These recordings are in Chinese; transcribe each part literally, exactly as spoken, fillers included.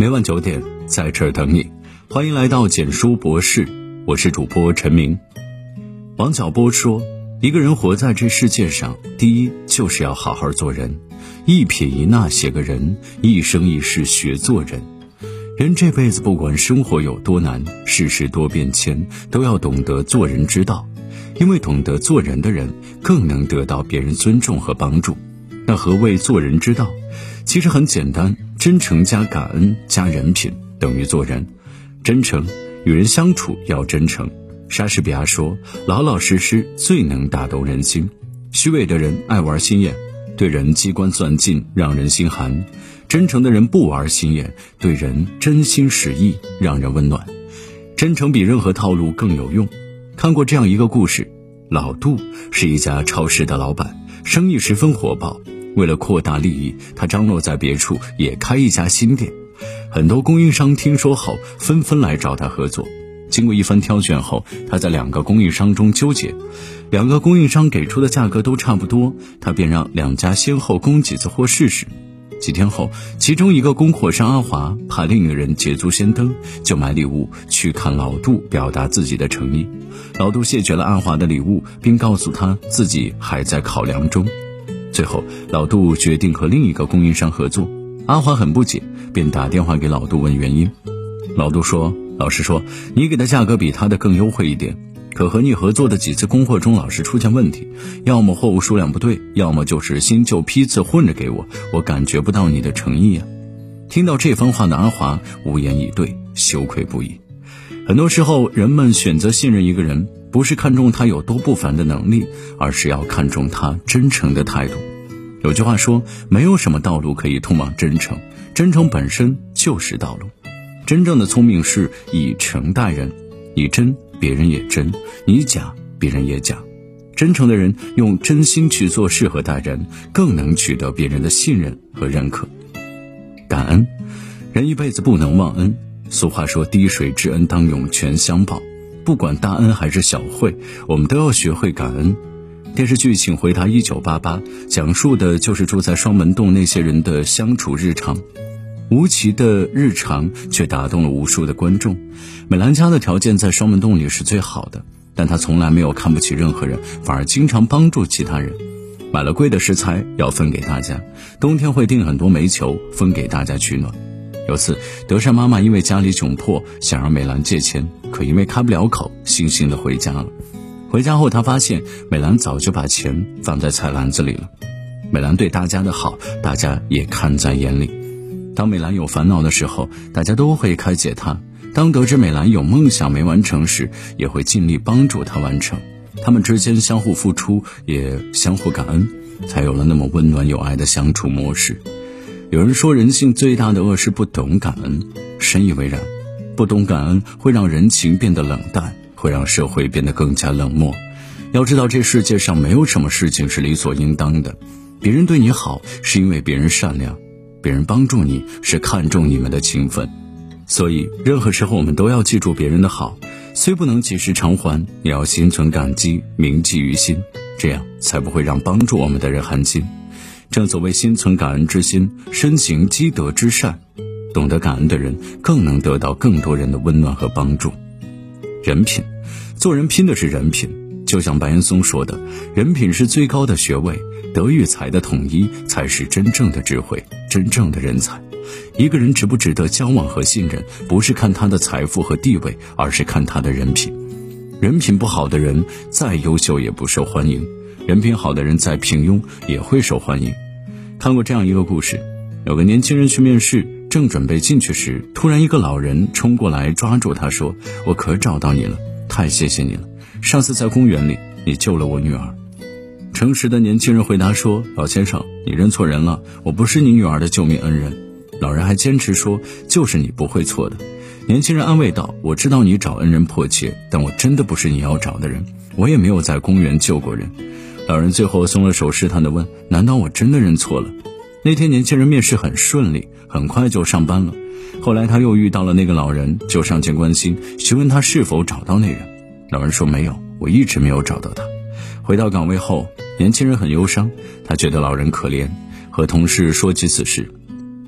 每晚九点在这儿等你，欢迎来到简书博士，我是主播陈明。王小波说，一个人活在这世界上，第一就是要好好做人，一撇一捺写个人，一生一世学做人。人这辈子不管生活有多难，世事多变迁，都要懂得做人之道，因为懂得做人的人更能得到别人尊重和帮助。那何谓做人之道？其实很简单，真诚加感恩加人品等于做人。真诚，与人相处要真诚。莎士比亚说，老老实实最能打动人心。虚伪的人爱玩心眼，对人机关算尽，让人心寒。真诚的人不玩心眼，对人真心实意，让人温暖。真诚比任何套路更有用。看过这样一个故事，老杜是一家超市的老板，生意十分火爆。为了扩大利益，他张罗在别处也开一家新店。很多供应商听说后纷纷来找他合作。经过一番挑选后，他在两个供应商中纠结，两个供应商给出的价格都差不多，他便让两家先后供几次货试试。几天后，其中一个供货商阿华怕另一个人捷足先登，就买礼物去看老杜，表达自己的诚意。老杜谢绝了阿华的礼物，并告诉他自己还在考量中。最后，老杜决定和另一个供应商合作。阿华很不解，便打电话给老杜问原因。老杜说，老实说，你给的价格比他的更优惠一点，可和你合作的几次供货中老是出现问题，要么货物数量不对，要么就是新旧批次混着给我，我感觉不到你的诚意啊。听到这番话的阿华无言以对，羞愧不已。很多时候，人们选择信任一个人，不是看重他有多不凡的能力，而是要看重他真诚的态度。有句话说，没有什么道路可以通往真诚，真诚本身就是道路。真正的聪明是以诚待人，你真，别人也真；你假，别人也假。真诚的人用真心去做事和待人，更能取得别人的信任和认可。感恩，人一辈子不能忘恩。俗话说，滴水之恩当涌泉相报。不管大恩还是小惠，我们都要学会感恩。电视剧《请回答一九八八》讲述的就是住在双门洞那些人的相处日常。无奇的日常却打动了无数的观众。美兰家的条件在双门洞里是最好的，但她从来没有看不起任何人，反而经常帮助其他人。买了贵的食材要分给大家，冬天会订很多煤球分给大家取暖。有次德善妈妈因为家里窘迫，想让美兰借钱，可因为开不了口，悻悻地回家了。回家后，她发现美兰早就把钱放在菜篮子里了。美兰对大家的好，大家也看在眼里。当美兰有烦恼的时候，大家都会开解她；当得知美兰有梦想没完成时，也会尽力帮助她完成。他们之间相互付出，也相互感恩，才有了那么温暖有爱的相处模式。有人说，人性最大的恶是不懂感恩，深以为然。不懂感恩会让人情变得冷淡，会让社会变得更加冷漠。要知道，这世界上没有什么事情是理所应当的。别人对你好，是因为别人善良；别人帮助你，是看重你们的情分。所以，任何时候我们都要记住别人的好，虽不能及时偿还，也要心存感激，铭记于心，这样才不会让帮助我们的人寒心。正所谓心存感恩之心，身行积德之善。懂得感恩的人，更能得到更多人的温暖和帮助。人品，做人拼的是人品。就像白岩松说的，人品是最高的学位，德与才的统一才是真正的智慧，真正的人才。一个人值不值得交往和信任，不是看他的财富和地位，而是看他的人品。人品不好的人，再优秀也不受欢迎；人品好的人，再平庸也会受欢迎。看过这样一个故事，有个年轻人去面试，正准备进去时，突然一个老人冲过来抓住他说，我可找到你了，太谢谢你了，上次在公园里你救了我女儿。诚实的年轻人回答说，老先生，你认错人了，我不是你女儿的救命恩人。老人还坚持说，就是你不会错的。年轻人安慰道，我知道你找恩人迫切，但我真的不是你要找的人，我也没有在公园救过人。老人最后松了手，试探地问，难道我真的认错了？那天年轻人面试很顺利，很快就上班了。后来他又遇到了那个老人，就上前关心，询问他是否找到那人。老人说，没有，我一直没有找到他。回到岗位后，年轻人很忧伤，他觉得老人可怜，和同事说起此事。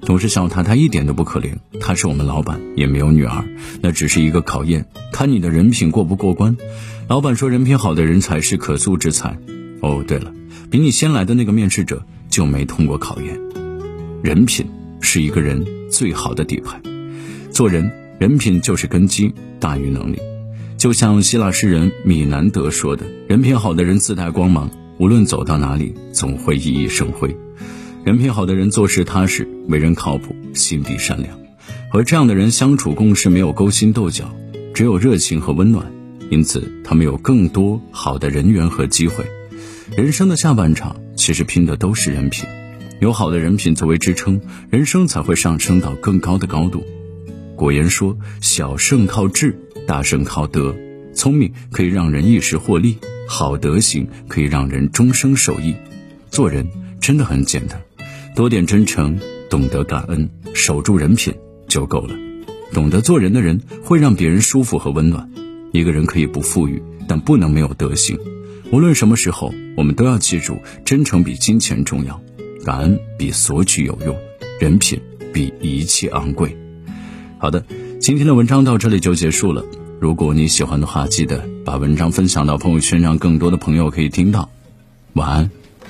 总是笑他，他一点都不可怜，他是我们老板，也没有女儿，那只是一个考验，看你的人品过不过关。老板说人品好的人才是可塑之才。哦，对了，比你先来的那个面试者就没通过考验。人品是一个人最好的底牌，做人人品就是根基，大于能力。就像希腊诗人米南德说的，人品好的人自带光芒，无论走到哪里总会熠熠生辉。人品好的人做事踏实，为人靠谱，心地善良，和这样的人相处共事没有勾心斗角，只有热情和温暖，因此他们有更多好的人缘和机会。人生的下半场其实拼的都是人品，有好的人品作为支撑，人生才会上升到更高的高度。果言说，小胜靠智，大胜靠德。聪明可以让人一时获利，好德行可以让人终生受益。做人真的很简单，多点真诚，懂得感恩，守住人品就够了。懂得做人的人会让别人舒服和温暖。一个人可以不富裕，但不能没有德行。无论什么时候，我们都要记住，真诚比金钱重要，感恩比索取有用，人品比一切昂贵。好的，今天的文章到这里就结束了。如果你喜欢的话，记得把文章分享到朋友圈，让更多的朋友可以听到。晚安。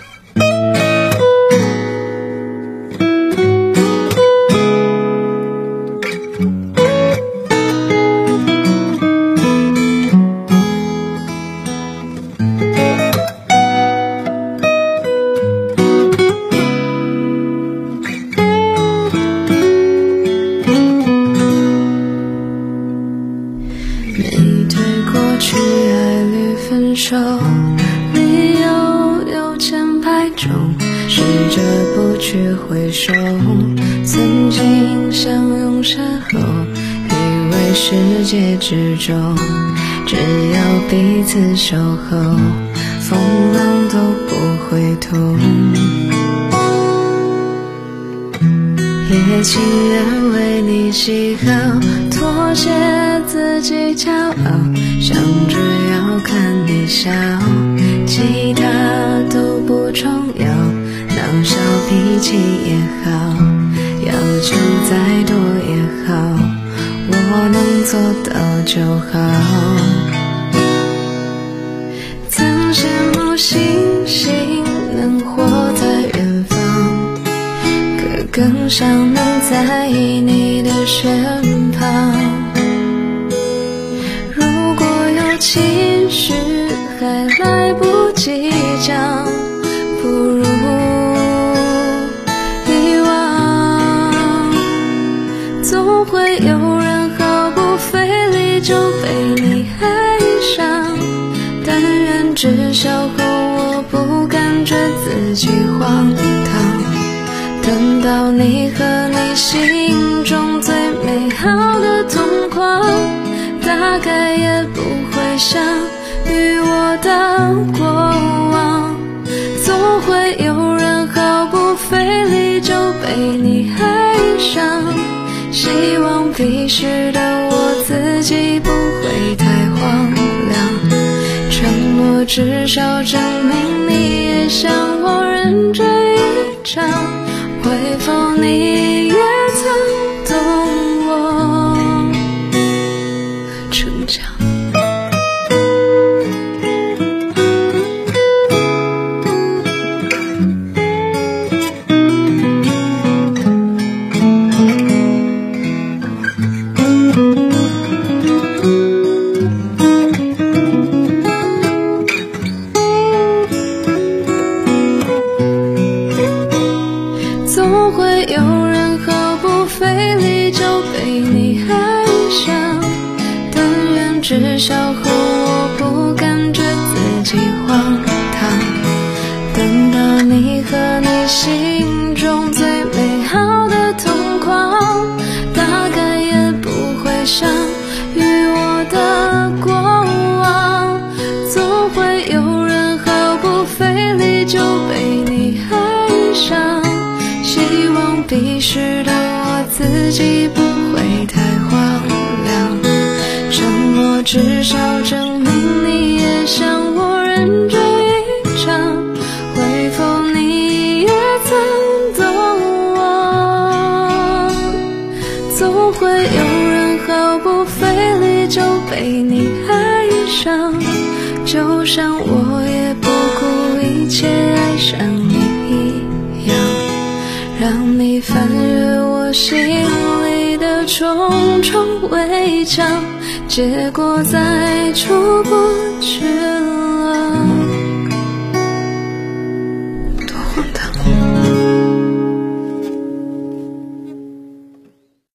你对过去爱侣分手，理由有千百种，试着不去回首，曾经相拥身后，以为世界之中，只要彼此守候，风浪都不会痛。也情愿为你喜好，妥协自己骄傲，想着要看你笑，其他都不重要，闹小脾气也好，要求再多也好，我能做到就好。曾羡慕星星能活在远方，可更想能在你的身旁。如果有情绪还来不及讲，不如遗忘。总会有人毫不费力就被你爱上，但愿至少后我不感觉自己荒唐。等到你和你心中最美好的同框，大概也不会想与我的过往。总会有人毫不费力就被你爱上，希望彼时的我自己不会太荒凉。承诺至少证明你也像我认真一场，会否你也曾懂我成长？总会有人毫不费力就被你爱上，但愿至少后我不感觉自己荒唐。等到你和你心中最美好的同框，大概也不会想与我的过往。总会有人毫不费力就被你爱上，希望彼时的我自己不会太荒凉。承诺至少总会有人毫不费力就被你爱上，就像我也不顾一切爱上你一样，让你翻越我心里的重重围墙，结果再出不去了。